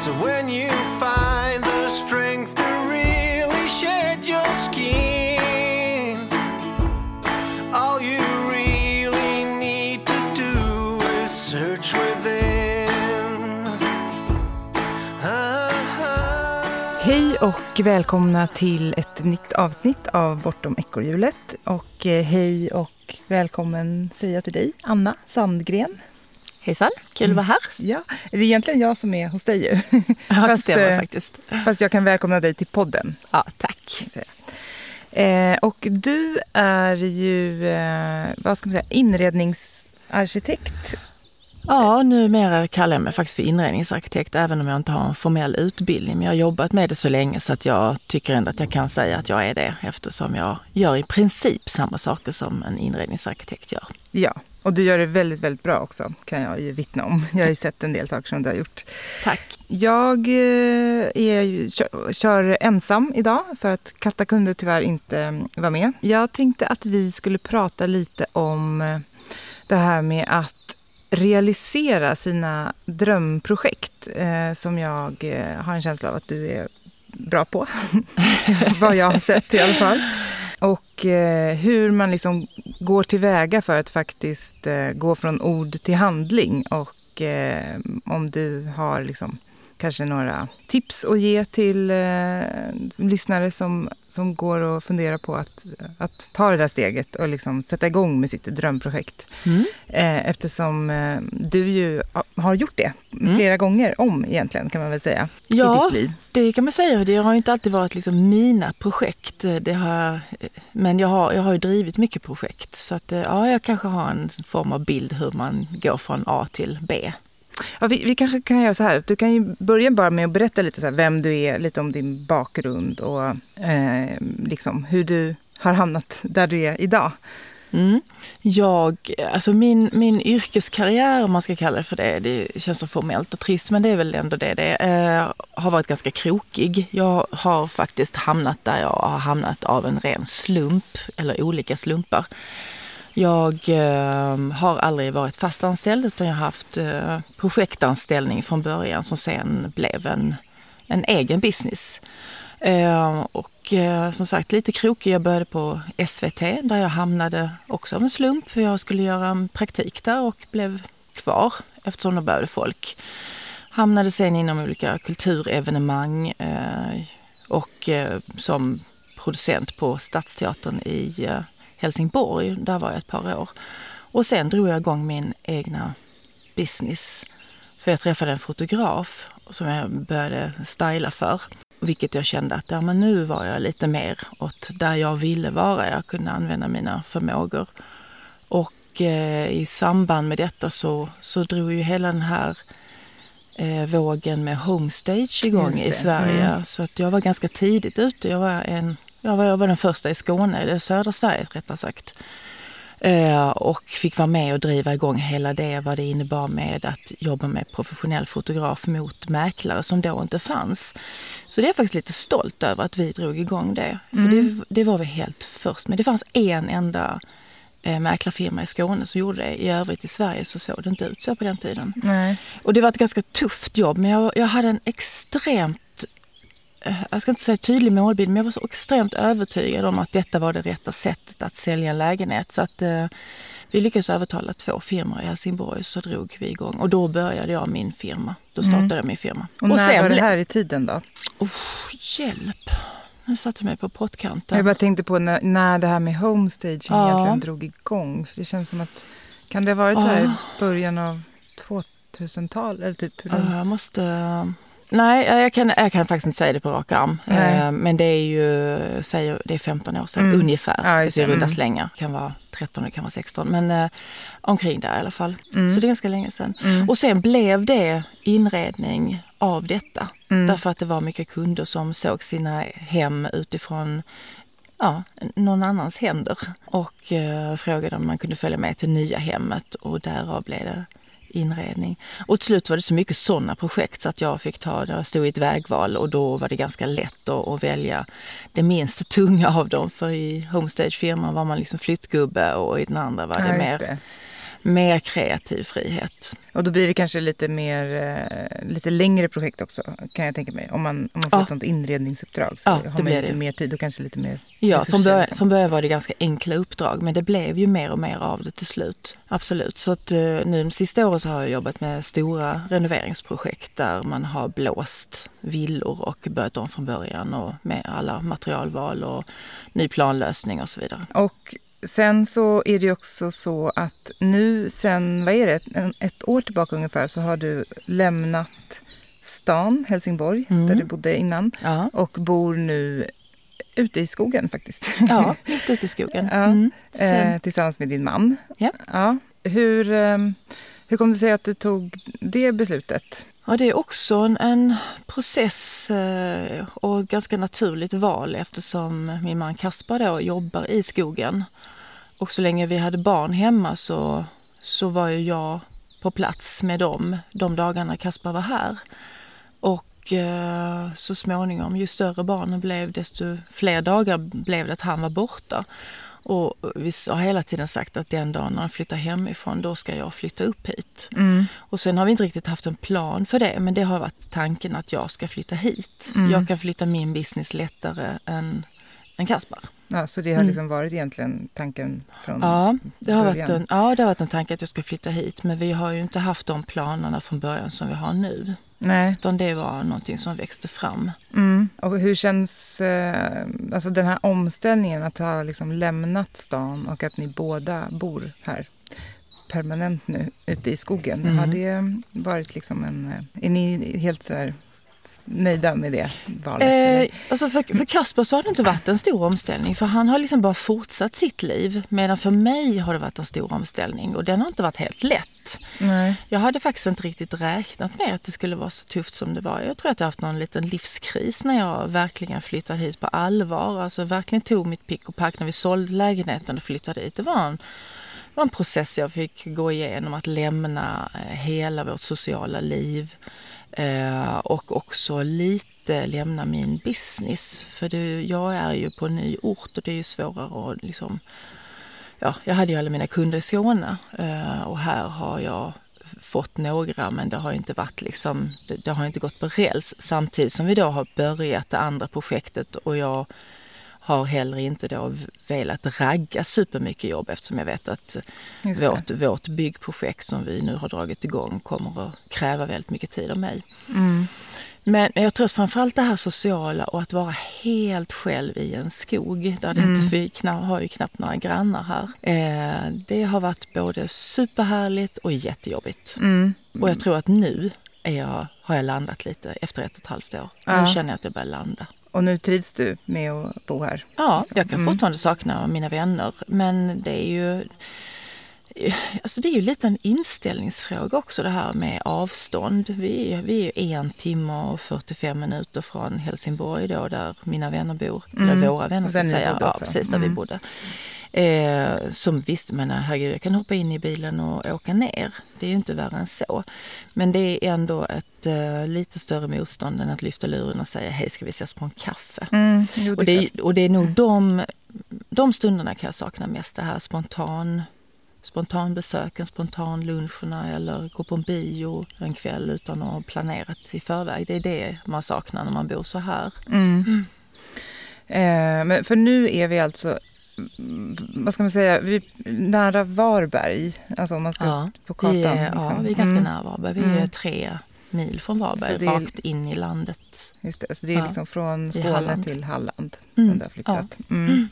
So when you find the strength to really shed your skin, all you really need to do is search within. Hej och välkomna till ett nytt avsnitt av Bortom ekorrhjulet. Och hej och välkommen säger jag till dig, Anna Sandgren. Hejsan, kul att vara här. Ja, det är egentligen jag som är hos dig ju. Ja, det stämmer faktiskt. Fast jag kan välkomna dig till podden. Ja, tack. Och du är ju, vad ska man säga, inredningsarkitekt. Ja, numera kallar jag mig faktiskt för inredningsarkitekt även om jag inte har en formell utbildning. Men jag har jobbat med det så länge så att jag tycker ändå att jag kan säga att jag är det eftersom jag gör i princip samma saker som en inredningsarkitekt gör. Ja, och du gör det väldigt, väldigt bra också kan jag ju vittna om. Jag har ju sett en del saker som du har gjort. Tack. Jag kör ensam idag för att Katta kunde tyvärr inte vara med. Jag tänkte att vi skulle prata lite om det här med att realisera sina drömprojekt som jag har en känsla av att du är bra på. Vad jag har sett i alla fall. Och hur man liksom går tillväga för att faktiskt gå från ord till handling. Och om du har liksom kanske några tips att ge till lyssnare som går och funderar på att ta det där steget och liksom sätta igång med sitt drömprojekt. Eftersom du ju har gjort det flera gånger om egentligen kan man väl säga i ditt liv. Ja, det kan man säga. Det har ju inte alltid varit liksom mina projekt. Men jag har ju drivit mycket projekt så att ja, jag kanske har en form av bild hur man går från A till B. Ja, vi kanske kan göra så här. Du kan ju börja bara med att berätta lite så här, vem du är, lite om din bakgrund och liksom hur du har hamnat där du är idag. Alltså min yrkeskarriär, om man ska kalla det för det känns så formellt och trist, men det är väl ändå det har varit ganska krokig. Jag har faktiskt hamnat där jag har hamnat av en ren slump, eller olika slumpar. Jag har aldrig varit fastanställd utan jag har haft projektanställning från början som sen blev en egen business. Och som sagt lite krokig. Jag började på SVT där jag hamnade också av en slump. Jag skulle göra en praktik där och blev kvar eftersom de behövde folk. Hamnade sen inom olika kulturevenemang och som producent på Stadsteatern i Helsingborg, där var jag ett par år. Och sen drog jag igång min egna business. För jag träffade en fotograf som jag började styla för. Vilket jag kände att men nu var jag lite mer åt där jag ville vara. Jag kunde använda mina förmågor. Och i samband med detta så drog ju hela den här vågen med homestage igång i Sverige. Så att jag var ganska tidigt ute. Jag var den första i Skåne, eller södra Sverige rättare sagt. Och fick vara med och driva igång hela det, vad det innebar med att jobba med professionell fotograf mot mäklare som då inte fanns. Så det är jag faktiskt lite stolt över att vi drog igång det. För det var vi helt först. Men det fanns en enda mäklarfirma i Skåne som gjorde det. I övrigt i Sverige så såg det inte ut så på den tiden. Nej. Och det var ett ganska tufft jobb, men jag hade en extremt, jag ska inte säga tydlig målbild, men jag var så extremt övertygad om att detta var det rätta sättet att sälja en lägenhet. Så att vi lyckades övertala 2 firmor i Helsingborg, så drog vi igång. Och då började jag min firma. Då startade jag min firma. Och när sen var det här i tiden då? Hjälp! Nu satte jag mig på pottkanten. Jag bara tänkte på när det här med homestaging egentligen drog igång. För det känns som att, kan det ha varit så här i början av 2000-tal? Eller typ runt? Jag måste... Nej, jag kan faktiskt inte säga det på rak arm. Men det är ju, det är 15 år sedan ungefär. Ja, det är runda slängar. Det kan vara 13, det kan vara 16. Men omkring där i alla fall. Så det är ganska länge sedan. Och sen blev det inredning av detta. Därför att det var mycket kunder som såg sina hem utifrån någon annans händer. Och frågade om man kunde följa med till nya hemmet. Och därav blev det inredning. Och till slut var det så mycket sådana projekt så att jag stod i ett vägval och då var det ganska lätt att välja det minst tunga av dem. För i homestagefirman var man liksom flyttgubbe och i den andra var det mer kreativ frihet. Och då blir det kanske lite längre projekt också, kan jag tänka mig. Om man får ett sånt inredningsuppdrag så har man lite mer tid och kanske lite mer resurser. Från början var det ganska enkla uppdrag, men det blev ju mer och mer av det till slut. Absolut. Så att nu de sista åren så har jag jobbat med stora renoveringsprojekt där man har blåst villor och börjat om från början och med alla materialval och ny planlösning och så vidare. Och sen så är det ju också så att nu sen, vad är det, ett år tillbaka ungefär så har du lämnat stan, Helsingborg, där du bodde innan och bor nu ute i skogen faktiskt. Ja, ute i skogen. Tillsammans med din man. Ja. Ja. Hur kom det sig att du tog det beslutet? Ja, det är också en process och ett ganska naturligt val eftersom min man Kaspar då jobbar i skogen. Och så länge vi hade barn hemma så var ju jag på plats med dem de dagarna Kaspar var här. Och så småningom, ju större barnen blev desto fler dagar blev det att han var borta. Och vi har hela tiden sagt att den dagen när han flyttar hemifrån, då ska jag flytta upp hit. Och sen har vi inte riktigt haft en plan för det, men det har varit tanken att jag ska flytta hit. Jag kan flytta min business lättare än Kaspar. Ja, så det har liksom varit egentligen tanken från det har varit en tanke att jag ska flytta hit, men vi har ju inte haft de planerna från början som vi har nu. Nej. Utan det var någonting som växte fram. Och hur känns alltså den här omställningen att ha liksom lämnat stan och att ni båda bor här permanent nu ute i skogen? Har det varit liksom är ni helt så här nöjda med det valet? Alltså för Kaspar så har det inte varit en stor omställning, för han har liksom bara fortsatt sitt liv, medan för mig har det varit en stor omställning och den har inte varit helt lätt. Nej. Jag hade faktiskt inte riktigt räknat med att det skulle vara så tufft som det var. Jag tror att jag har haft någon liten livskris när jag verkligen flyttade hit på allvar, alltså verkligen tog mitt pick och pack när vi sålde lägenheten och flyttade hit. Det var en process jag fick gå igenom, att lämna hela vårt sociala liv. Och också lite lämna min business. För jag är ju på en ny ort och det är ju svårare att liksom... Ja, jag hade ju alla mina kunder i Skåne och här har jag fått några, men det har inte varit liksom... Det har inte gått på räls samtidigt som vi då har börjat det andra projektet, och jag har heller inte då velat ragga supermycket jobb eftersom jag vet att vårt byggprojekt som vi nu har dragit igång kommer att kräva väldigt mycket tid av mig. Men jag tror att framförallt det här sociala och att vara helt själv i en skog där det inte vi har ju knappt några grannar här. Det har varit både superhärligt och jättejobbigt. Och jag tror att nu har jag landat lite efter 1,5 år. Nu känner jag att jag börjar landa. Och nu trivs du med att bo här? Ja, jag kan fortfarande sakna mina vänner. Men det är ju... Alltså det är ju lite en inställningsfråga också, det här med avstånd. Vi är 1 timme och 45 minuter från Helsingborg då, där mina vänner bor. Eller våra vänner ska säga. Ja, precis där vi bodde. Som visst, men herregud, jag kan hoppa in i bilen och åka ner. Det är ju inte värre än så. Men det är ändå ett lite större motstånd än att lyfta luren och säga hej, ska vi ses på en kaffe? Och det är nog de stunderna kan jag sakna mest, det här spontan besöken, spontan luncherna eller gå på en bio en kväll utan att ha planerat i förväg. Det är det man saknar när man bor så här. Men för nu är vi alltså, vad ska man säga, nära Varberg, alltså om man ska på kartan. Ja, vi är ganska nära Varberg. Vi är 3 mil från Varberg, rakt in i landet. Just det, så det är liksom från Skåne till Halland som du har flyttat.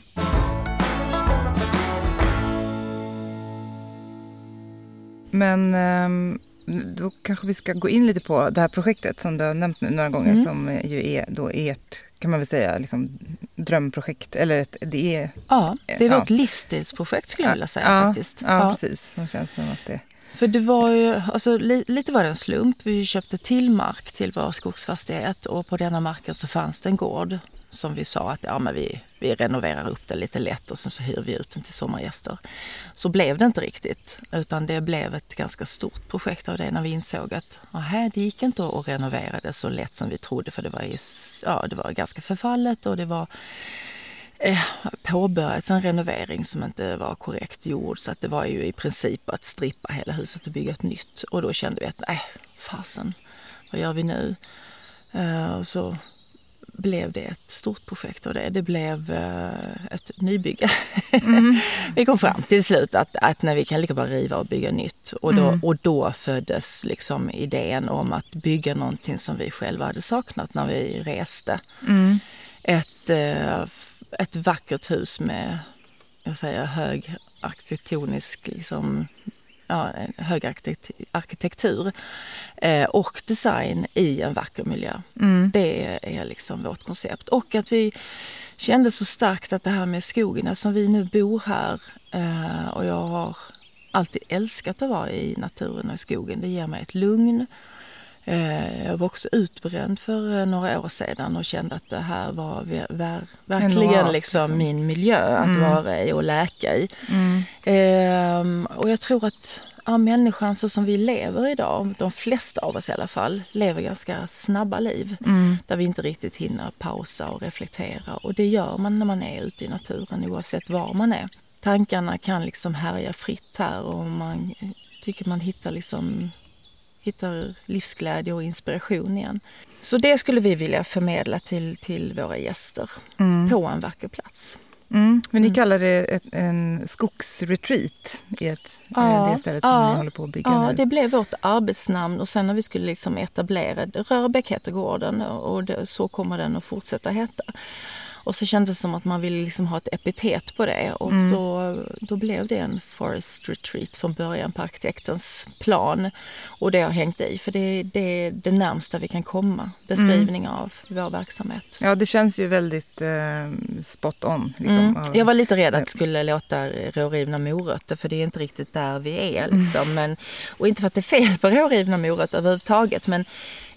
Men då kanske vi ska gå in lite på det här projektet som du har nämnt nu några gånger, som ju är då ert, kan man väl säga, liksom drömprojekt. Eller det är vårt livsstilsprojekt skulle jag vilja säga faktiskt. Ja, precis. Det känns som att det... För det var ju, alltså lite var det en slump. Vi köpte till mark till vår skogsfastighet och på denna marken så fanns det en gård som vi sa att men vi renoverar upp det lite lätt och sen så hyr vi ut den till sommargäster. Så blev det inte riktigt, utan det blev ett ganska stort projekt av det när vi insåg att det gick inte att renovera det så lätt som vi trodde, för det var ganska förfallet och det var påbörjats en renovering som inte var korrekt gjord, så att det var ju i princip att strippa hela huset och bygga ett nytt. Och då kände vi att fasen, vad gör vi nu? Och så blev det ett stort projekt och det blev ett nybygge. Vi kom fram till slut att när vi kan lika bara riva och bygga nytt. Och då föddes liksom idén om att bygga någonting som vi själva hade saknat när vi reste. Ett vackert hus med hög arkitektonisk liksom, hög arkitektur och design i en vacker miljö. Det är liksom vårt koncept. Och att vi kände så starkt att det här med skogen, som vi nu bor här och jag har alltid älskat att vara i naturen och i skogen. Det ger mig ett lugn. Jag var också utbränd för några år sedan och kände att det här var verkligen liksom min miljö att vara i och läka i. Och jag tror att människan så som vi lever idag, de flesta av oss i alla fall, lever ganska snabba liv. Där vi inte riktigt hinner pausa och reflektera. Och det gör man när man är ute i naturen oavsett var man är. Tankarna kan liksom härja fritt här och man tycker man hittar livsglädje och inspiration igen. Så det skulle vi vilja förmedla till våra gäster på en vacker plats. Men ni kallar det en skogsretreat i det stället som ni håller på att bygga nu. Ja, det blev vårt arbetsnamn och sen när vi skulle liksom etablera Rörbäck heter gården och så kommer den att fortsätta heta. Och så kändes det som att man ville liksom ha ett epitet på det. Och då blev det en forest retreat från början på arkitektens plan. Och det har hängt i. För det är det närmsta vi kan komma. Beskrivning av vår verksamhet. Ja, det känns ju väldigt spot on. Liksom, Jag var lite rädd att det skulle låta rårivna morötter. För det är inte riktigt där vi är. Liksom. Och inte för att det är fel på rårivna morötter överhuvudtaget. Men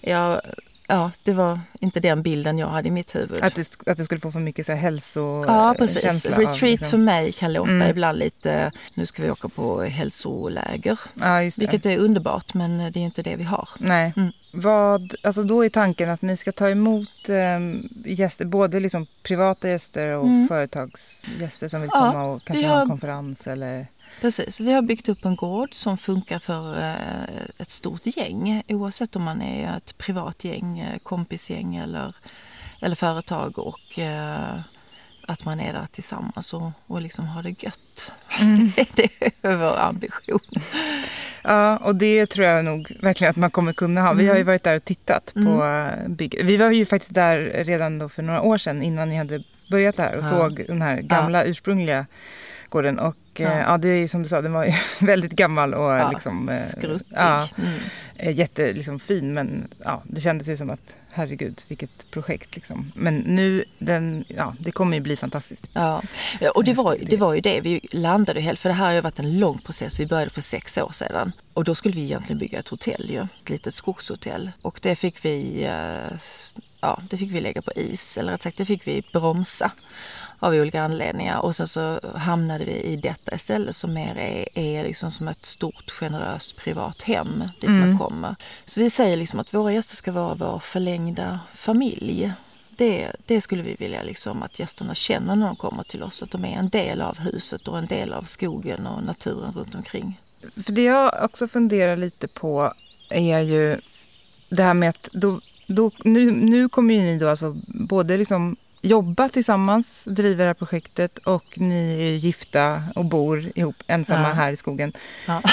det var inte den bilden jag hade i mitt huvud. Att det skulle få för mycket så här Ja, precis. Känsla Retreat av, liksom. för mig kan låta ibland lite, nu ska vi åka på hälsoläger. Ja, just det. Vilket är underbart, men det är inte det vi har. Nej. Alltså då är tanken att ni ska ta emot gäster, både liksom privata gäster och företagsgäster som vill komma och kanske ha en konferens eller... Precis, vi har byggt upp en gård som funkar för ett stort gäng. Oavsett om man är ett privat gäng, kompisgäng eller företag och att man är där tillsammans och liksom har det gött. Det är vår ambition. Ja, och det tror jag nog verkligen att man kommer kunna ha. Vi har ju varit där och tittat på bygget. Vi var ju faktiskt där redan då för några år sedan innan ni hade börjat här och såg den här gamla ursprungliga gården. Och det är ju som du sa, den var ju väldigt gammal och liksom... skruttig. Jätte liksom fin, men det kändes ju som att herregud, vilket projekt liksom. Men nu, det kommer ju bli fantastiskt. Ja, och det var ju det. Vi landade helt, för det här har ju varit en lång process. Vi började för 6 år sedan. Och då skulle vi egentligen bygga ett hotell ju. Ett litet skogshotell. Och det fick vi... det fick vi lägga på is, eller rätt sagt det fick vi bromsa av olika anledningar. Och sen så hamnade vi i detta istället som mer är liksom som ett stort generöst privat hem dit man kommer. Så vi säger liksom att våra gäster ska vara vår förlängda familj. Det skulle vi vilja liksom att gästerna känner när de kommer till oss, att de är en del av huset och en del av skogen och naturen runt omkring. För det jag också funderar lite på är ju det här med att nu kommer ju ni då alltså både liksom jobba tillsammans, driva det här projektet och ni är gifta och bor ihop ensamma här i skogen. Ja.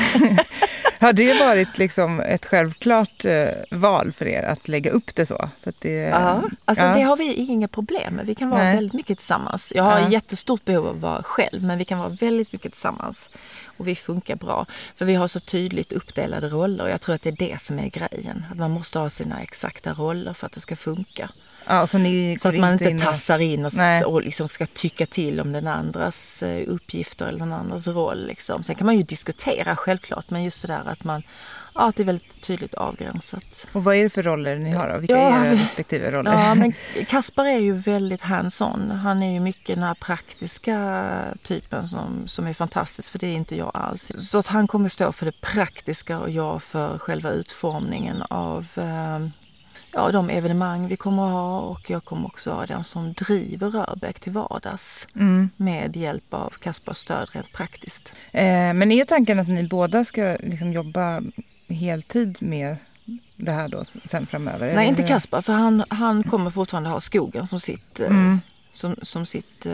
Har det varit liksom ett självklart val för er att lägga upp det så? För att det har vi inga problem med. Vi kan vara väldigt mycket tillsammans. Jag har ett jättestort behov av att vara själv, men vi kan vara väldigt mycket tillsammans. Och vi funkar bra. För vi har så tydligt uppdelade roller. Och jag tror att det är det som är grejen. Att man måste ha sina exakta roller för att det ska funka. Ja, så att man inte tassar in och liksom ska tycka till om den andras uppgifter eller den andras roll. Liksom. Sen kan man ju diskutera självklart, men just det där att det är väldigt tydligt avgränsat. Och vad är det för roller ni har då? Vilka är era respektive roller? Ja, men Kasper är ju väldigt hands-on. Han är ju mycket den här praktiska typen som är fantastisk, för det är inte jag alls. Så att han kommer stå för det praktiska och jag för själva utformningen av de evenemang vi kommer att ha, och jag kommer också vara den som driver Rörbäck till vardags med hjälp av Kaspars stöd rent praktiskt. Men är tanken att ni båda ska liksom jobba heltid med det här då sen framöver? Nej, inte Kaspar, för han kommer fortfarande ha skogen som sitt, som sitt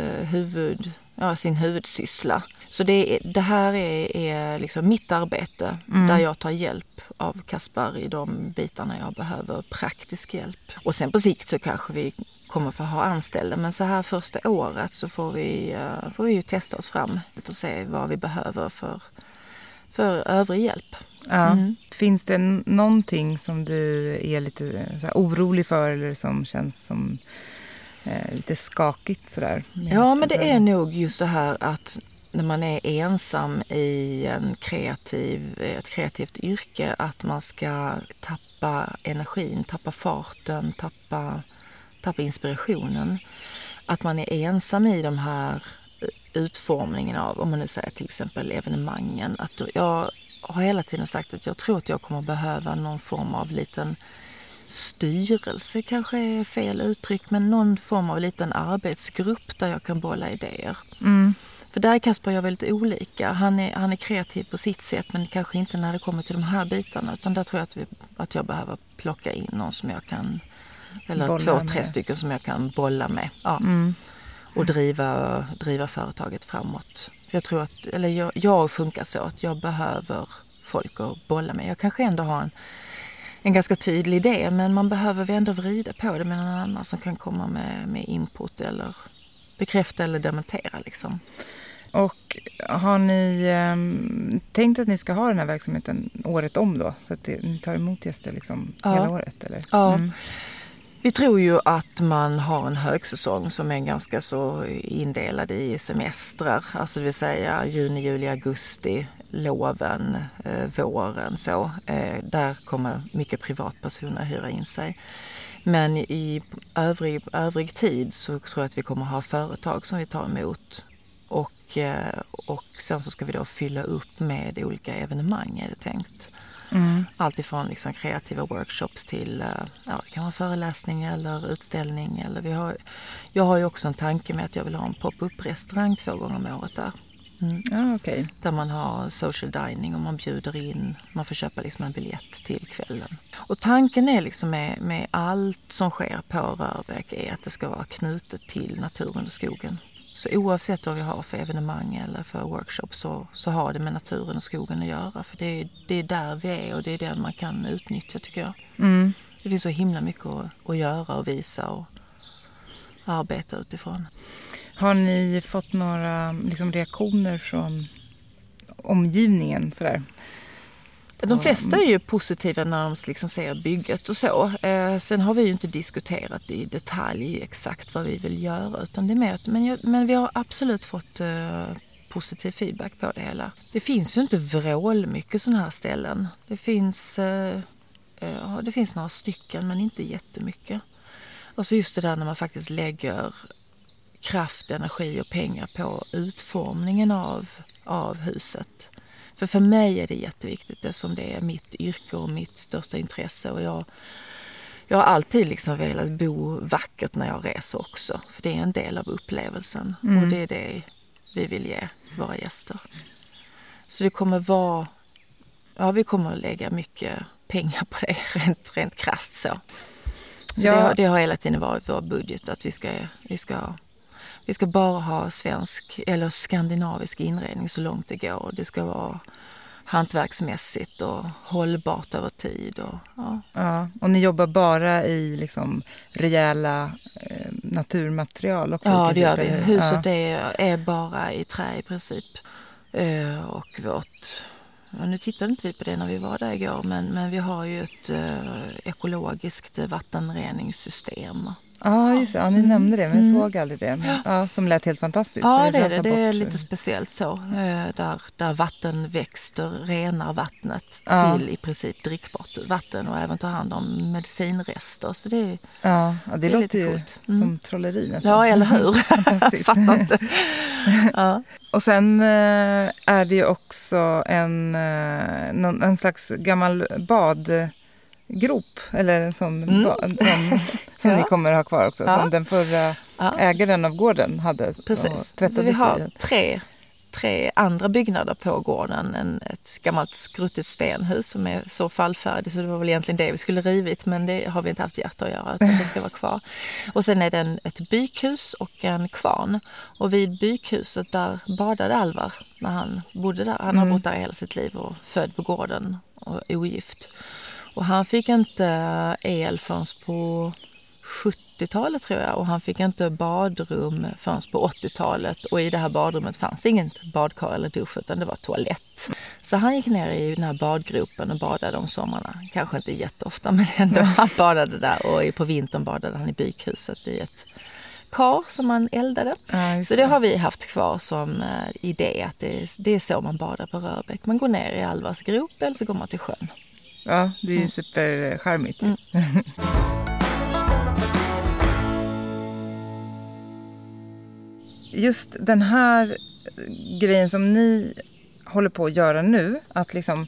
sin huvudsyssla. Så det här är liksom mitt arbete där jag tar hjälp av Kaspar i de bitarna jag behöver praktisk hjälp. Och sen på sikt så kanske vi kommer få ha anställda, men så här första året så får vi ju testa oss fram och se vad vi behöver för övrig hjälp. Ja. Finns det någonting som du är lite så här orolig för eller som känns som lite skakigt sådär? Ja, men det är nog just det här att när man är ensam i ett kreativt yrke, att man ska tappa energin, tappa farten, tappa inspirationen. Att man är ensam i de här utformningen av, om man nu säger till exempel evenemangen. Att jag har hela tiden sagt att jag tror att jag kommer behöva någon form av liten styrelse, kanske är fel uttryck, men någon form av liten arbetsgrupp där jag kan bolla idéer. För där är Kaspar och jag väldigt olika. Han är kreativ på sitt sätt, men kanske inte när det kommer till de här bitarna, utan där tror jag att jag behöver plocka in någon som jag kan, eller bolla 2-3 stycken som jag kan bolla med. Ja. Och driva företaget framåt. För jag tror att, eller jag funkar så att jag behöver folk att bolla med. Jag kanske ändå har en ganska tydlig idé, men man behöver ändå vrida på det med någon annan som kan komma med input eller bekräfta eller dementera liksom. Och har ni tänkt att ni ska ha den här verksamheten året om då? Så att ni tar emot gäster liksom hela året? Eller? Ja. Vi tror ju att man har en högsäsong som är ganska så indelad i semestrar. Alltså det vill säga juni, juli, augusti, loven, våren så. Där kommer mycket privatpersoner hyra in sig. Men i övrig tid så tror jag att vi kommer ha företag som vi tar emot. Och sen så ska vi då fylla upp med olika evenemang är det tänkt. Allt ifrån liksom kreativa workshops till det kan vara föreläsning eller utställning. Eller jag har ju också en tanke med att jag vill ha en pop-up-restaurang 2 gånger om året där. Okay. Där man har social dining och man bjuder in, man får köpa liksom en biljett till kvällen. Och tanken är liksom med allt som sker på Rörbäck är att det ska vara knutet till naturen och skogen. Så oavsett vad vi har för evenemang eller för workshops så har det med naturen och skogen att göra. För det är där vi är och det är den man kan utnyttja tycker jag. Det finns så himla mycket att göra och visa och arbeta utifrån. Har ni fått några liksom, reaktioner från omgivningen sådär? De flesta är ju positiva när de liksom ser bygget och så. Sen har vi ju inte diskuterat i detalj exakt vad vi vill göra. Utan det är mer men vi har absolut fått positiv feedback på det hela. Det finns ju inte vrål mycket sådana här ställen. Det finns några stycken men inte jättemycket. Och så just det där när man faktiskt lägger kraft, energi och pengar på utformningen av huset. För mig är det jätteviktigt eftersom det är mitt yrke och mitt största intresse. Och jag har alltid liksom velat bo vackert när jag reser också. För det är en del av upplevelsen. Och det är det vi vill ge våra gäster. Så det kommer vi kommer att lägga mycket pengar på det rent krasst så. Det har hela tiden varit vår budget att vi ska bara ha svensk eller skandinavisk inredning så långt det går. Det ska vara hantverksmässigt och hållbart över tid. Och ni jobbar bara i liksom rejäla naturmaterial också? Ja, det gör vi. Huset är bara i trä i princip. Och nu tittade inte vi på det när vi var där igår, men vi har ju ett ekologiskt vattenreningssystem. Just det. Ja, ni nämnde det, men jag såg aldrig det. Men, som lät helt fantastiskt. Ja, det är lite speciellt så. Där vattenväxter renar vattnet till i princip drickbart vatten och även tar hand om medicinrester. Så det låter lite ju coolt. Som trolleri nästan. Ja, eller hur? Fantastiskt. Fattar inte. Och sen är det ju också en slags gammal grop eller en sån som ni kommer ha kvar också, som den förra ägaren av gården hade. Precis. Så vi har tre andra byggnader på gården. Ett gammalt skruttigt stenhus som är så fallfärdigt så det var väl egentligen det vi skulle rivit, men det har vi inte haft hjärta att göra, utan det ska vara kvar. Och sen är det ett bykhus och en kvarn. Och vid bykhuset där badade Alvar när han bodde där. Han har bott där hela sitt liv och född på gården och ogift. Och han fick inte el förrän på 70-talet tror jag, och han fick inte badrum förrän på 80-talet, och i det här badrummet fanns inget badkar eller dusch utan det var toalett. Så han gick ner i den här badgropen och badade om sommarna. Kanske inte jätteofta, men ändå han badade där, och på vintern badade han i bykhuset i ett kar som man eldade. Så det har vi haft kvar som idé, att det är så man badar på Rörbäck. Man går ner i Alvars grop eller så går man till sjön. Ja, det är supercharmigt. Just den här grejen som ni håller på att göra nu, att liksom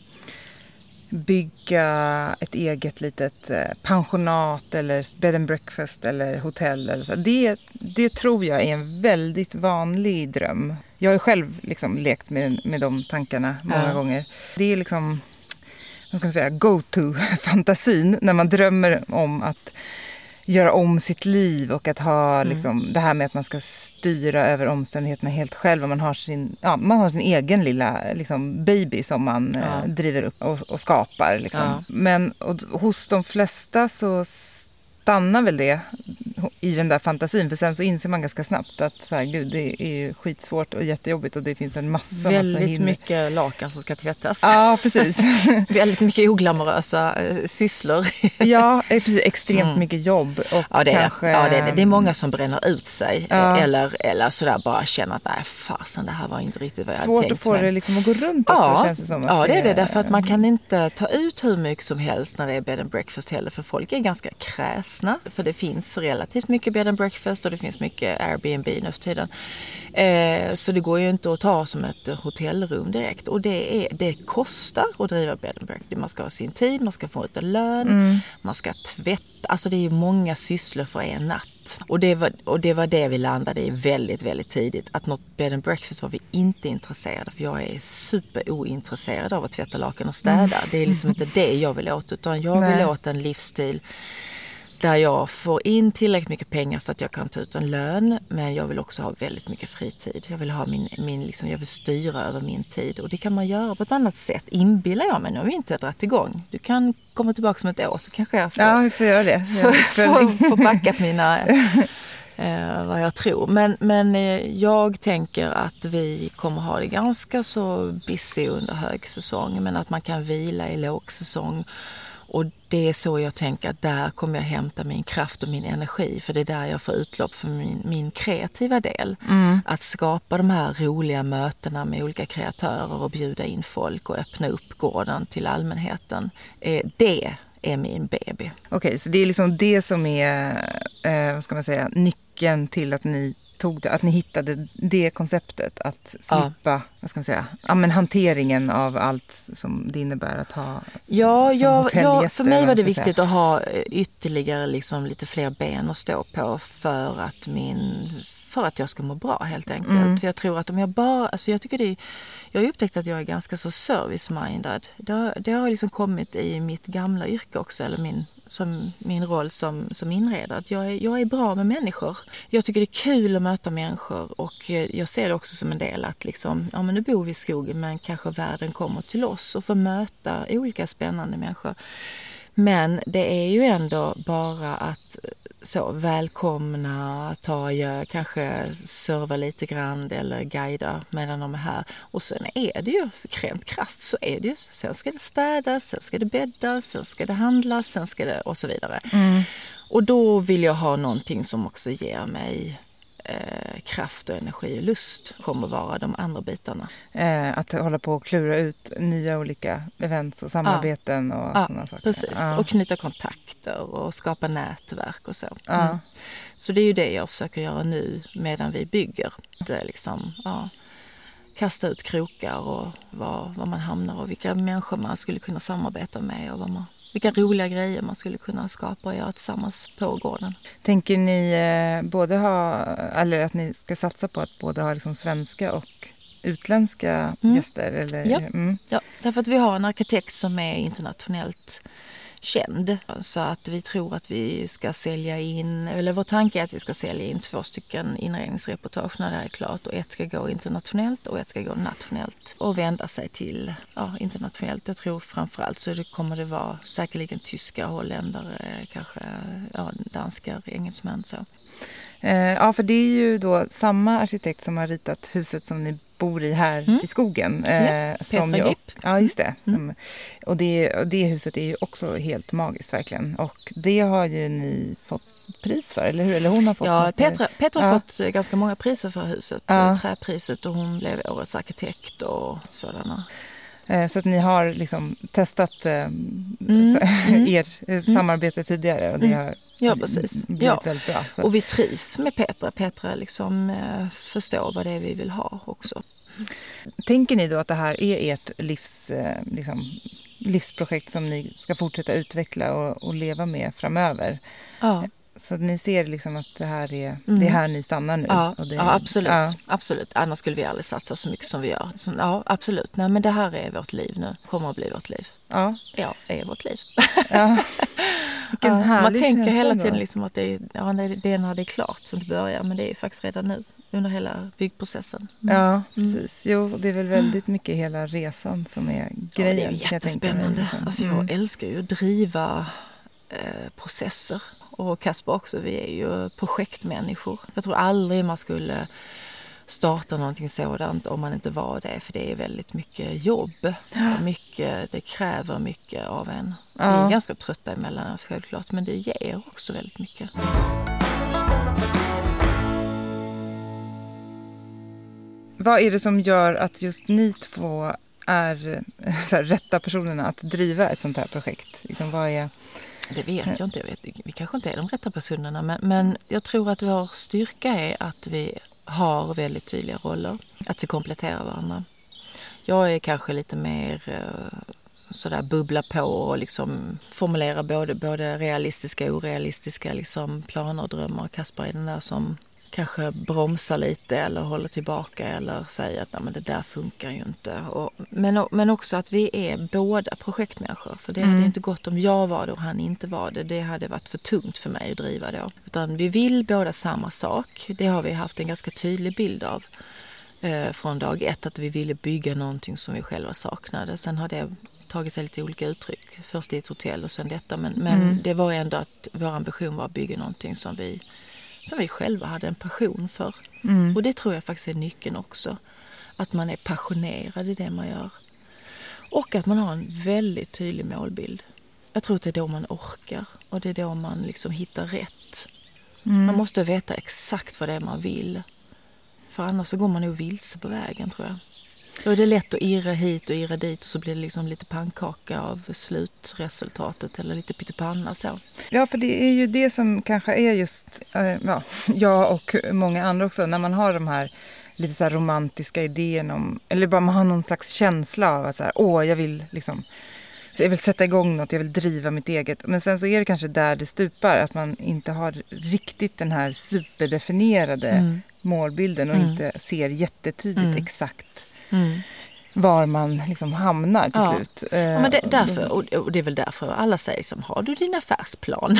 bygga ett eget litet pensionat eller bed and breakfast eller hotell eller så. Det tror jag är en väldigt vanlig dröm. Jag har själv liksom lekt med de tankarna många gånger. Det är liksom, vad ska man säga, go-to-fantasin när man drömmer om att göra om sitt liv och att ha liksom, det här med att man ska styra över omständigheterna helt själv. Och man har sin egen lilla liksom, baby som man driver upp och skapar. Liksom. Ja. Men hos de flesta så stannar väl det i den där fantasin. För sen så inser man ganska snabbt att så här, gud, det är ju skitsvårt och jättejobbigt och det finns en massa väldigt mycket lakan som ska tvättas. Ja, precis. Väldigt mycket oglamorösa sysslor. Ja, precis. Extremt mycket jobb. Och det kanske... det är många som bränner ut sig. Eller sådär bara känner att nej, fasen, det här var inte riktigt vad jag hade tänkt. Svårt att få det liksom att gå runt också, känns det som. Ja, det är det. Därför att man kan inte ta ut hur mycket som helst när det är bed and breakfast heller. För folk är ganska kräsna. För det finns relativt mycket bed and breakfast och det finns mycket Airbnb nu för tiden. Så det går ju inte att ta som ett hotellrum direkt. Och det kostar att driva bed and breakfast. Man ska ha sin tid, man ska få ut en lön, man ska tvätta. Alltså det är ju många sysslor för en natt. Och det var det vi landade i väldigt, väldigt tidigt. Att något bed and breakfast var vi inte intresserade. För jag är superointresserad av att tvätta lakan och städa. Det är liksom inte det jag vill åt. Utan jag vill åt en livsstil där jag får in tillräckligt mycket pengar så att jag kan ta ut en lön. Men jag vill också ha väldigt mycket fritid. Jag vill ha jag vill styra över min tid. Och det kan man göra på ett annat sätt. Inbillar jag mig, nu har vi inte dragit igång. Du kan komma tillbaka om ett år så kanske jag får... Ja, vi får göra det. Får backa på mina... vad jag tror. Men jag tänker att vi kommer ha det ganska så busy under högsäsong. Men att man kan vila i lågsäsong. Och det är så jag tänker att där kommer jag hämta min kraft och min energi. För det är där jag får utlopp för min kreativa del. Att skapa de här roliga mötena med olika kreatörer och bjuda in folk och öppna upp gården till allmänheten. Det är min baby. Okej, så det är liksom det som är, vad ska man säga, nyckeln till att ni hittade det konceptet, att slippa, vad ska man säga, men hanteringen av allt som det innär att ha för mig var det viktigt att ha ytterligare liksom lite fler ben att stå på för att jag ska må bra helt enkelt. För jag tror att om jag bara, jag har upptäckt att jag är ganska så service-minded. Det har liksom kommit i mitt gamla yrke också, eller min roll som inredare. Att jag är bra med människor. Jag tycker det är kul att möta människor och jag ser det också som en del att liksom, men nu bor vi i skogen men kanske världen kommer till oss och får möta olika spännande människor. Men det är ju ändå bara att välkomna, kanske serva lite grann eller guida medan de är här. Och sen är det ju rent krasst så är det ju. Sen ska det städas, sen ska det bäddas, sen ska det handlas, sen ska det och så vidare. Och då vill jag ha någonting som också ger mig kraft och energi och lust kommer vara de andra bitarna. Att hålla på och klura ut nya olika events och samarbeten och sådana saker. Precis. Och knyta kontakter och skapa nätverk och så. Så det är ju det jag försöker göra nu medan vi bygger. Att liksom, kasta ut krokar och var man hamnar och vilka människor man skulle kunna samarbeta med och vilka roliga grejer man skulle kunna skapa och göra tillsammans på gården. Tänker ni eller att ni ska satsa på att både ha liksom svenska och utländska gäster? Eller? Ja. Ja, därför att vi har en arkitekt som är internationellt känd. Så att vi tror att vi ska sälja in, eller vår tanke är att vi ska sälja in 2 stycken inredningsreportage när det här är klart. Och ett ska gå internationellt och ett ska gå nationellt. Och vända sig till internationellt. Jag tror framförallt så kommer det vara säkerligen tyska, holländare, kanske danskar, engelsmän så. Ja, för det är ju då samma arkitekt som har ritat huset som ni bor i här i skogen. Petra Gipp. Ja, just det. Och det huset är ju också helt magiskt verkligen. Och det har ju ni fått pris för, eller hur? Eller hon har fått Petra har fått ganska många priser för huset. Träpriset, och hon blev årets arkitekt och sådana. Så att ni har liksom testat er samarbete tidigare, och det har blivit väldigt bra. Så. Och vi trivs med Petra. Petra liksom förstår vad det är vi vill ha också. Tänker ni då att det här är ert livsprojekt som ni ska fortsätta utveckla och leva med framöver? Ja. Så ni ser liksom att det här är det här ni stannar nu? Ja, och absolut. Annars skulle vi aldrig satsa så mycket som vi gör. Så, ja, absolut. Nej, men det här är vårt liv nu. Kommer att bli vårt liv. Ja, är vårt liv. Ja. Man tänker hela tiden liksom att det är när det är klart som det börjar. Men det är faktiskt redan nu, under hela byggprocessen. Ja, precis. Jo, det är väl väldigt mycket hela resan som är grejen. Ja, det är jättespännande. Jag älskar ju att driva processer. Och Kasper också, vi är ju projektmänniskor. Jag tror aldrig man skulle starta någonting sådant om man inte var det. För det är väldigt mycket jobb. Det kräver mycket av en. Vi är ganska trötta emellanåt självklart, men det ger också väldigt mycket. Vad är det som gör att just ni två är rätta personerna att driva ett sånt här projekt? Liksom, vad är... Det vet jag inte. Vi kanske inte är de rätta personerna. Men jag tror att vår styrka är att vi har väldigt tydliga roller. Att vi kompletterar varandra. Jag är kanske lite mer sådär bubbla på och liksom formulera både realistiska och orealistiska liksom planer och drömmar. Kasper är den där som kanske bromsar lite eller håller tillbaka eller säger att nej, men det där funkar ju inte. Men också att vi är båda projektmänniskor. För det hade inte gått om jag var det och han inte var det. Det hade varit för tungt för mig att driva då. Utan vi vill båda samma sak. Det har vi haft en ganska tydlig bild av från dag ett. Att vi ville bygga någonting som vi själva saknade. Sen har det tagit sig lite olika uttryck. Först i ett hotell och sen detta. Men det var ändå att vår ambition var att bygga någonting som vi själva hade en passion för. Och det tror jag faktiskt är nyckeln också. Att man är passionerad i det man gör. Och att man har en väldigt tydlig målbild. Jag tror att det är då man orkar. Och det är då man liksom hittar rätt. Man måste veta exakt vad det är man vill. För annars så går man nog vilse på vägen, tror jag. Då är det lätt att irra hit och irra dit och så blir det liksom lite pannkaka av slutresultatet eller lite pyttipanna så. Ja, för det är ju det som kanske är just, jag och många andra också, när man har de här lite så här romantiska idéerna om, eller bara man har någon slags känsla av att så här, jag vill liksom, så jag vill sätta igång något, jag vill driva mitt eget. Men sen så är det kanske där det stupar, att man inte har riktigt den här superdefinierade målbilden och inte ser jättetydligt exakt var man liksom hamnar till slut. Ja, men det är väl därför alla säger som, har du din affärsplan?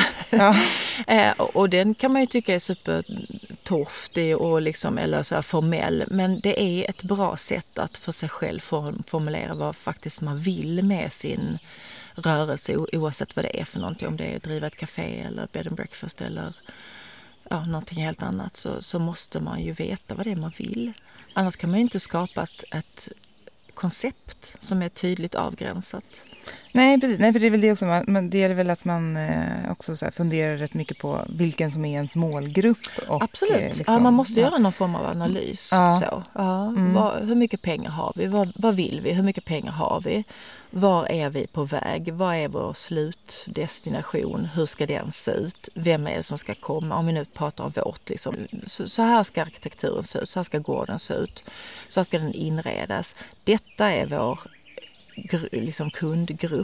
Och den kan man ju tycka är supertorftig och liksom, eller så här formell, men det är ett bra sätt att för sig själv formulera vad faktiskt man vill med sin rörelse, oavsett vad det är för någonting, om det är driva ett café eller bed and breakfast eller någonting helt annat, så måste man ju veta vad det är man vill. Annars kan man ju inte skapa ett koncept som är tydligt avgränsat. Nej, precis. Nej, för det är väl det också. Det är väl att man också så här funderar rätt mycket på vilken som är ens målgrupp. Och, absolut. Liksom, man måste göra någon form av analys. Så. Hur mycket pengar har vi? Vad vill vi? Hur mycket pengar har vi? Var är vi på väg? Vad är vår slutdestination? Hur ska den se ut? Vem är det som ska komma? Om vi nu pratar om vårt. Liksom. Så här ska arkitekturen se ut. Så här ska gården se ut. Så här ska den inredas. Detta är vår liksom kundgrupp.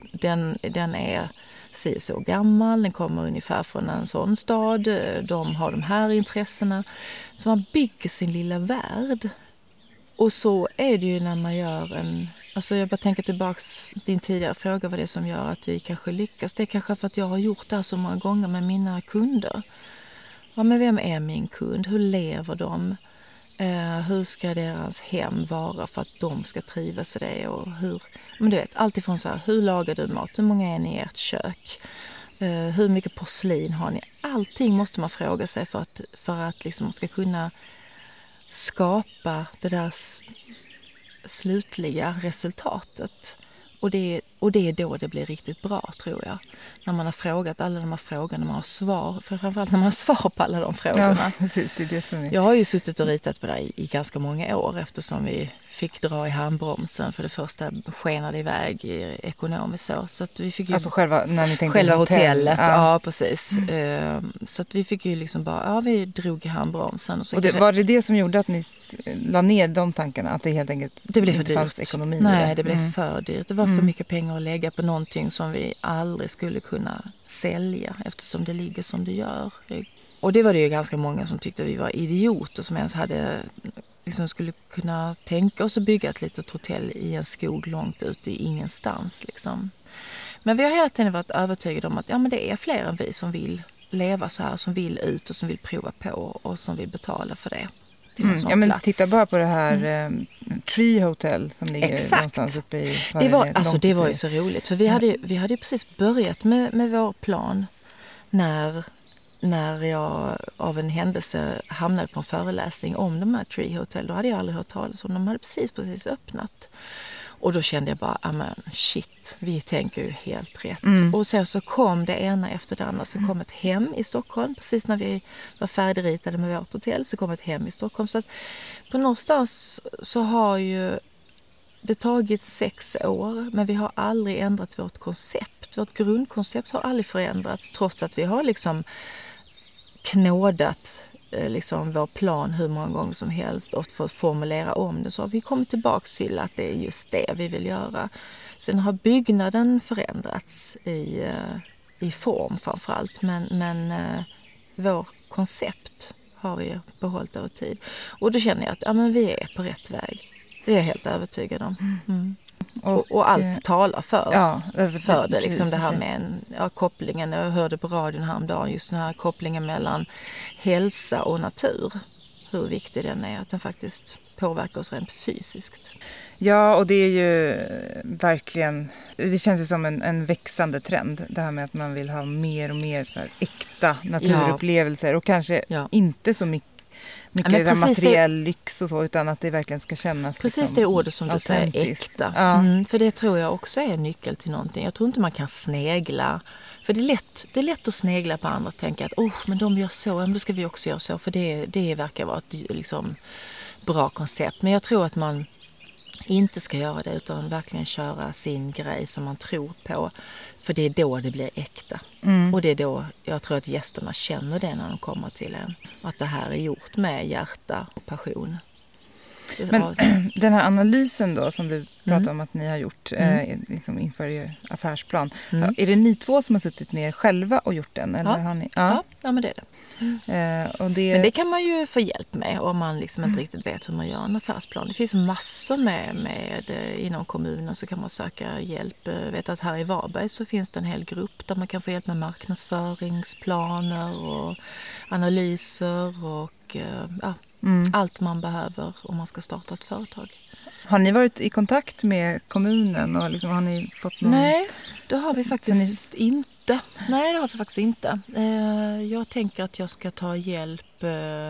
den är så gammal, den kommer ungefär från en sån stad, de har de här intressena. Så man bygger sin lilla värld. Och så är det ju när man gör alltså jag bara tänker tillbaks din tidigare fråga, vad det är som gör att vi kanske lyckas. Det är kanske för att jag har gjort det här så många gånger med mina kunder. Ja, men vem är min kund? Hur lever de? Hur ska deras hem vara för att de ska trivas i det? Och men du vet, alltifrån så här, hur lagar du mat? Hur många är ni i ert kök? Hur mycket porslin har ni? Allting måste man fråga sig för att liksom man ska kunna skapa det där slutliga resultatet. Och det är då det blir riktigt bra, tror jag. När man har frågat alla de här frågorna, man har svar. Framförallt när man har svar på alla de frågorna. Ja, precis, det är det som är. Jag har ju suttit och ritat på det i ganska många år, eftersom vi fick dra i handbromsen. För det första skenade iväg ekonomiskt så att vi fick ju, alltså själva, när ni tänkte själva hotellet, ja. ja precis. Så att vi fick ju liksom bara, vi drog i handbromsen. Och var det som gjorde att ni la ner de tankarna? Att det helt enkelt det blev inte för fanns dyrt. ekonomi i Nej, det blev för dyrt. Det var för mycket pengar att lägga på någonting som vi aldrig skulle kunna sälja, eftersom det ligger som det gör. Och det var det ju ganska många som tyckte att vi var idioter, som ens hade liksom skulle kunna tänka oss att bygga ett litet hotell i en skog långt ute i ingenstans liksom. Men vi har hela tiden varit övertygade om att men det är fler än vi som vill leva så här, som vill ut och som vill prova på och som vill betala för det. Ja, men titta bara på det här Tree Hotel som ligger någonstans uppe i... Det var ju så roligt, för vi hade precis börjat med vår plan när jag av en händelse hamnade på en föreläsning om de här Tree Hotel. Då hade jag aldrig hört talas om. De hade precis öppnat. Och då kände jag bara, shit, vi tänker ju helt rätt. Och sen så kom det ena efter det andra. Så kom ett hem i Stockholm, precis när vi var färdigritade med vårt hotell, så kom ett hem i Stockholm. Så att på någonstans så har ju det tagit 6 år, men vi har aldrig ändrat vårt koncept. Vårt grundkoncept har aldrig förändrats, trots att vi har liksom knådat liksom vår plan hur många gånger som helst och fått formulera om det. Så har vi kommit tillbaka till att det är just det vi vill göra. Sen har byggnaden förändrats i form framförallt, men vår koncept har vi behållit över tid. Och då känner jag att vi är på rätt väg. Det är jag helt övertygad om. Och allt talar för det. Liksom det här med kopplingen. Jag hörde på radion häromdagen just den här kopplingen mellan hälsa och natur. Hur viktig den är, att den faktiskt påverkar oss rent fysiskt. Ja, och det är ju verkligen, det känns ju som en växande trend. Det här med att man vill ha mer och mer så här äkta naturupplevelser och kanske inte så mycket materiell lyx och så, utan att det verkligen ska kännas precis liksom det ordet som du säger, äkta. För det tror jag också är nyckel till någonting. Jag tror inte man kan snegla, för det är lätt att snegla på andra och tänka att men de gör så, men då ska vi också göra så, för det verkar vara ett liksom bra koncept. Men jag tror att man inte ska göra det, utan verkligen köra sin grej som man tror på. För det är då det blir äkta. Och det är då jag tror att gästerna känner det när de kommer till en. Att det här är gjort med hjärta och passion. Men den här analysen då som du pratade om att ni har gjort liksom inför er affärsplan. Är det ni två som har suttit ner själva och gjort den? Eller har ni? Ja, men det är det. Men det kan man ju få hjälp med om man liksom inte riktigt vet hur man gör en affärsplan. Det finns massor med inom kommunen, så kan man söka hjälp. Jag vet att här i Varberg så finns det en hel grupp där man kan få hjälp med marknadsföringsplaner och analyser och allt man behöver om man ska starta ett företag. Har ni varit i kontakt med kommunen och liksom, har ni fått någon... Nej, det har vi faktiskt inte. Nej, det har vi faktiskt inte. Jag tänker att jag ska ta hjälp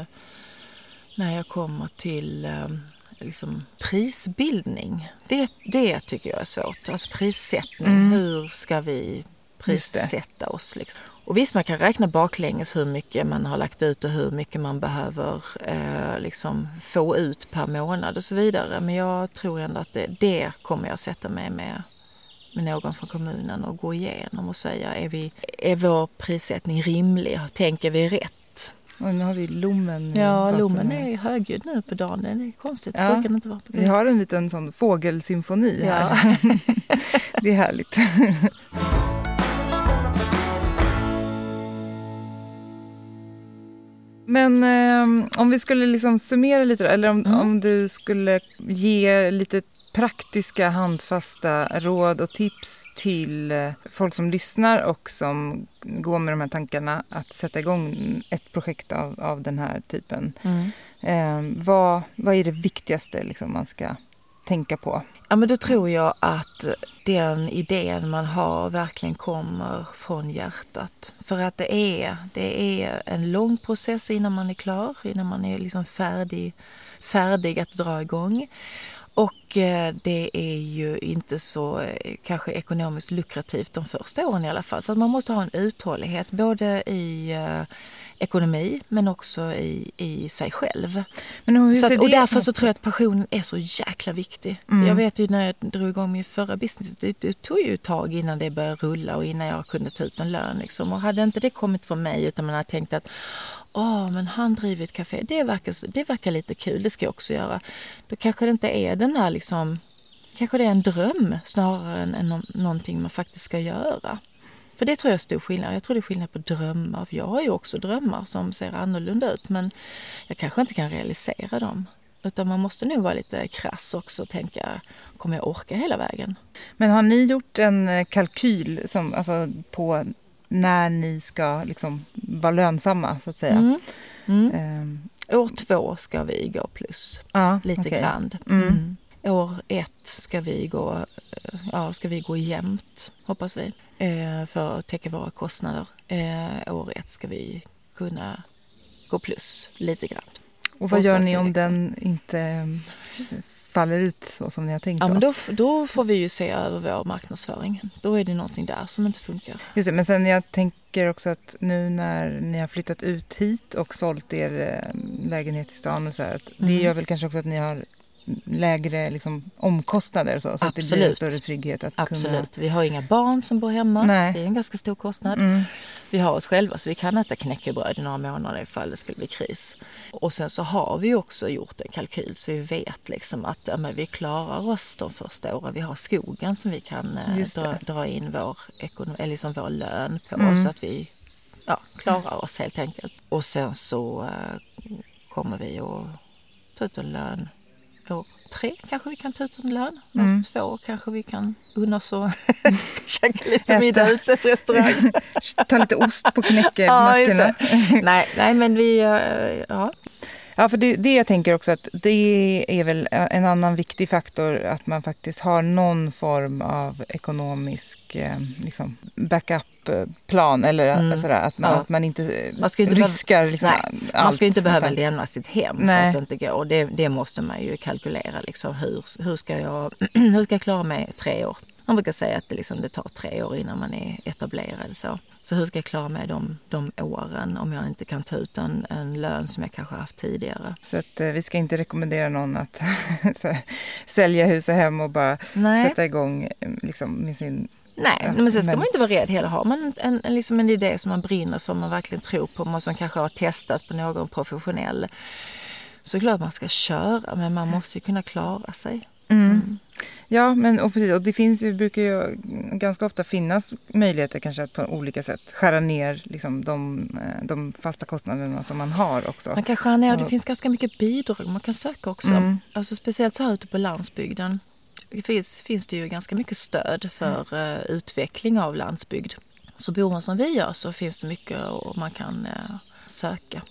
när jag kommer till liksom prisbildning. Det tycker jag är svårt. Alltså prissättning. Hur ska vi prissätta oss liksom? Och visst, man kan räkna baklänges hur mycket man har lagt ut och hur mycket man behöver liksom få ut per månad och så vidare. Men jag tror ändå att det kommer jag sätta mig med någon från kommunen och gå igenom och säga, är vår prissättning rimlig? Tänker vi rätt? Och nu har vi lommen. Ja, lommen är högljudd nu på dagen. Det är konstigt. Det brukar inte vara på vi har en liten sån fågelsymfoni här. Det är härligt. Men om vi skulle liksom summera lite då, eller om du skulle ge lite praktiska, handfasta råd och tips till folk som lyssnar och som går med de här tankarna att sätta igång ett projekt av den här typen. Vad är det viktigaste liksom man ska tänka på? Ja, men då tror jag att den idén man har verkligen kommer från hjärtat. För att det är en lång process innan man är klar, innan man är liksom färdig att dra igång. Och det är ju inte så kanske ekonomiskt lukrativt de första åren i alla fall. Så att man måste ha en uthållighet både i ekonomi men också i sig själv. Men och därför så tror jag att passionen är så jäkla viktig. Jag vet ju när jag drog igång min förra business, det tog ju ett tag innan det började rulla och innan jag kunde ta ut en lön. Liksom. Och hade inte det kommit från mig utan man hade tänkt att men han driver ett café, det verkar lite kul, det ska jag också göra. Då kanske det inte är den här liksom, kanske det är en dröm snarare än någonting man faktiskt ska göra. För det tror jag är stor skillnad. Jag tror det är skillnad på drömmar. För jag har ju också drömmar som ser annorlunda ut. Men jag kanske inte kan realisera dem. Utan man måste nu vara lite krass också och tänka, kommer jag orka hela vägen? Men har ni gjort en kalkyl på när ni ska liksom vara lönsamma så att säga? År 2 ska vi gå plus. Lite grann. År 1 ska vi gå jämnt, hoppas vi. För att täcka våra kostnader. År 1 ska vi kunna gå plus lite grann. Och vad gör ni om den inte faller ut så som ni har tänkt? Ja, men då får vi ju se över vår marknadsföring. Då är det någonting där som inte funkar. Just det, men sen jag tänker också att nu när ni har flyttat ut hit och sålt er lägenhet i stan och så här, att det gör väl kanske också att ni har lägre liksom, omkostnader så att det blir en större trygghet att kunna... Vi har inga barn som bor hemma. Nej. Det är en ganska stor kostnad. Vi har oss själva så vi kan äta knäckebröd i några månader ifall det skulle bli kris. Och sen så har vi också gjort en kalkyl så vi vet liksom att vi klarar oss de första åren. Vi har skogen som vi kan dra in vår lön på så att vi klarar oss helt enkelt. Och sen så kommer vi att ta ut en lön. År 3 kanske vi kan ta ut en lön. År 2 kanske vi kan unna oss och käka lite middag ute på restaurang. Ta lite ost på knäckemackorna. Nej, men vi... Ja, för det jag tänker också att det är väl en annan viktig faktor att man faktiskt har någon form av ekonomisk liksom backup-plan eller sådär, att man inte riskar liksom allt. Man ska inte behöva lämna sitt hem för att det inte går. Det måste man ju kalkylera liksom, hur ska jag klara mig 3 år? Man brukar säga att det tar 3 år innan man är etablerad. Så hur ska jag klara mig de åren om jag inte kan ta ut en lön som jag kanske haft tidigare? Så att vi ska inte rekommendera någon att sälja hus och hem och bara sätta igång liksom, med sin... Nej, men sen ska man inte vara rädd heller. Har man en idé som man brinner för, man verkligen tror på, man som kanske har testat på någon professionell, så klart man ska köra, men man måste ju kunna klara sig. Ja, men precis. Och det brukar ju ganska ofta finnas möjligheter kanske att på olika sätt skära ner liksom, de fasta kostnaderna som man har också. Man kan skära ner, det finns ganska mycket bidrag man kan söka också. Alltså speciellt så här ute på landsbygden. Det finns det ju ganska mycket stöd för utveckling av landsbygd. Så bor man som vi gör så finns det mycket och man kan söka.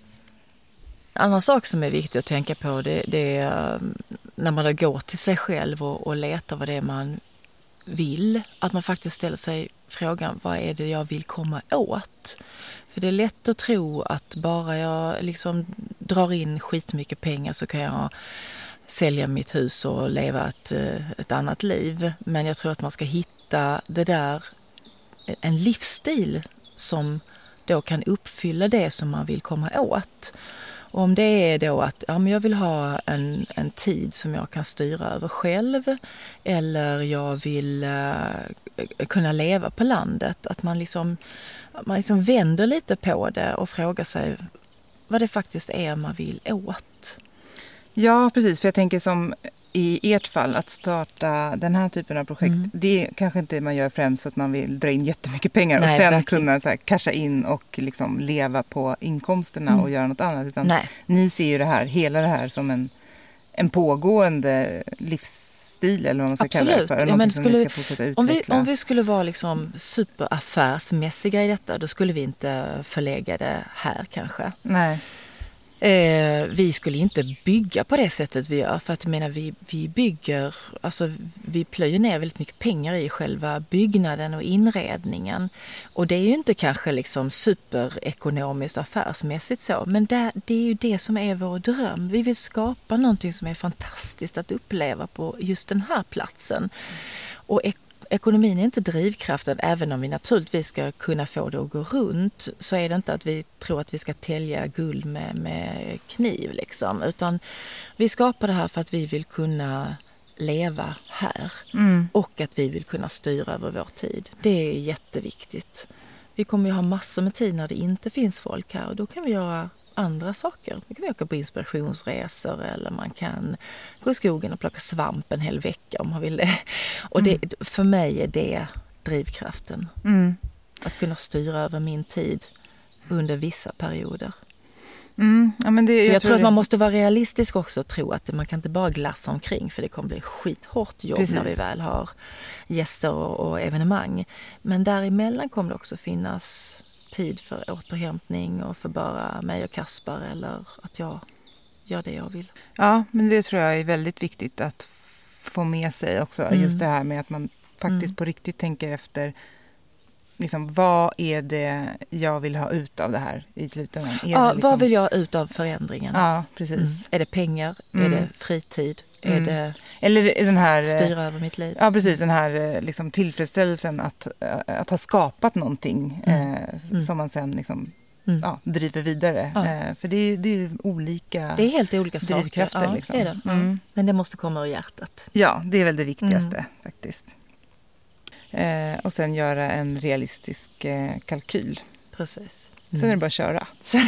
En annan sak som är viktigt att tänka på det är när man då går till sig själv och letar vad det är man vill. Att man faktiskt ställer sig frågan, vad är det jag vill komma åt? För det är lätt att tro att bara jag liksom drar in skitmycket pengar så kan jag sälja mitt hus och leva ett annat liv. Men jag tror att man ska hitta det där, en livsstil som då kan uppfylla det som man vill komma åt. Och om det är då att men jag vill ha en tid som jag kan styra över själv, eller jag vill kunna leva på landet, att man liksom vänder lite på det och frågar sig, vad det faktiskt är man vill åt. Ja, precis. För jag tänker som i ert fall att starta den här typen av projekt. Det är kanske inte man gör främst så att man vill dra in jättemycket pengar. Nej, och sen verkligen. kunna så här, casha in och liksom leva på inkomsterna och göra något annat. Utan ni ser ju hela det här som en pågående livsstil eller vad man ska kalla det för. Någonting som ni ska fortsätta utveckla. Om vi skulle vara liksom superaffärsmässiga i detta, då skulle vi inte förlägga det här kanske. Nej. Vi skulle inte bygga på det sättet vi gör, för att jag menar, vi bygger, alltså vi plöjer ner väldigt mycket pengar i själva byggnaden och inredningen, och det är ju inte kanske liksom superekonomiskt affärsmässigt så, men det är ju det som är vår dröm. Vi vill skapa någonting som är fantastiskt att uppleva på just den här platsen, och ekonomin är inte drivkraften, även om vi naturligtvis ska kunna få det att gå runt, så är det inte att vi tror att vi ska tälja guld med kniv liksom, utan vi skapar det här för att vi vill kunna leva här och att vi vill kunna styra över vår tid. Det är jätteviktigt. Vi kommer ju ha massor med tid när det inte finns folk här, och då kan vi göra andra saker. Vi kan åka på inspirationsresor, eller man kan gå i skogen och plocka svamp en hel vecka om man vill det. Och för mig är det drivkraften. Att kunna styra över min tid under vissa perioder. Ja, men jag tror att man måste vara realistisk också och tro att man kan inte bara glassa omkring, för det kommer bli skithårt jobb. Precis. När vi väl har gäster och evenemang. Men däremellan kommer det också finnas tid för återhämtning och för bara mig och Kasper, eller att jag gör det jag vill. Ja, men det tror jag är väldigt viktigt att få med sig också. Just det här med att man faktiskt på riktigt tänker efter, liksom, vad är det jag vill ha ut av det här i slutändan? Vad vill jag ha ut av förändringen? Ja, precis. Är det pengar? Är det fritid? Är det eller den här styra över mitt liv? Ja, precis. Den här liksom tillfredsställelsen att ha skapat någonting som man sen liksom driver vidare. För det är olika. Det är helt olika drivkrafter. Ja, liksom. det är det. Men det måste komma ur hjärtat. Ja, det är väl det viktigaste faktiskt. Och sen göra en realistisk kalkyl. Precis. Sen är det bara att köra.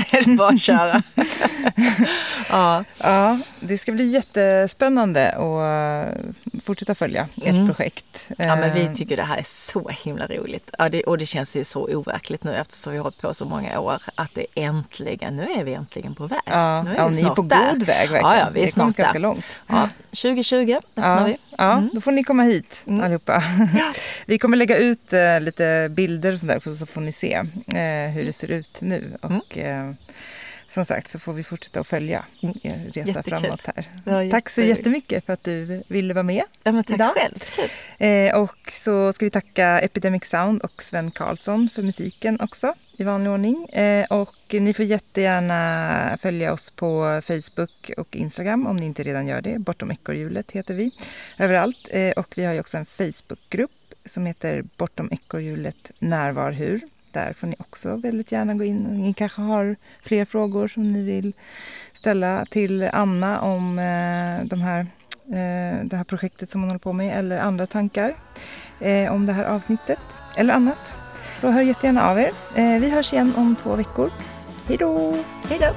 Ja, det ska bli jättespännande att fortsätta följa ett projekt. Ja, men vi tycker det här är så himla roligt. Ja, och det känns ju så overkligt nu, eftersom vi har hållit på så många år, att nu är vi äntligen på väg. Ja, nu är vi ni är på där. God väg verkligen. Ja, vi är snart ganska långt. Ja, 2020 öppnar vi. Ja, då får ni komma hit allihopa. Vi kommer lägga ut lite bilder och sådär också, så får ni se hur det ser ut nu. Och som sagt så får vi fortsätta att följa er resa framåt här. Ja, tack så jättemycket för att du ville vara med. Ja, men tack idag. Själv. Och så ska vi tacka Epidemic Sound och Sven Karlsson för musiken också i vanlig ordning. Och ni får jättegärna följa oss på Facebook och Instagram om ni inte redan gör det. Bortom ekorrhjulet heter vi överallt. Och vi har ju också en Facebookgrupp som heter Bortom ekorrhjulet närvarhur. Där får ni också väldigt gärna gå in. Ni kanske har fler frågor som ni vill ställa till Anna om det här projektet som hon håller på med, eller andra tankar om det här avsnittet eller annat. Så hör jättegärna av er. Vi hörs igen om 2 veckor. Hej då! Hej då!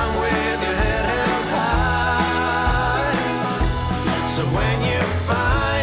So when you find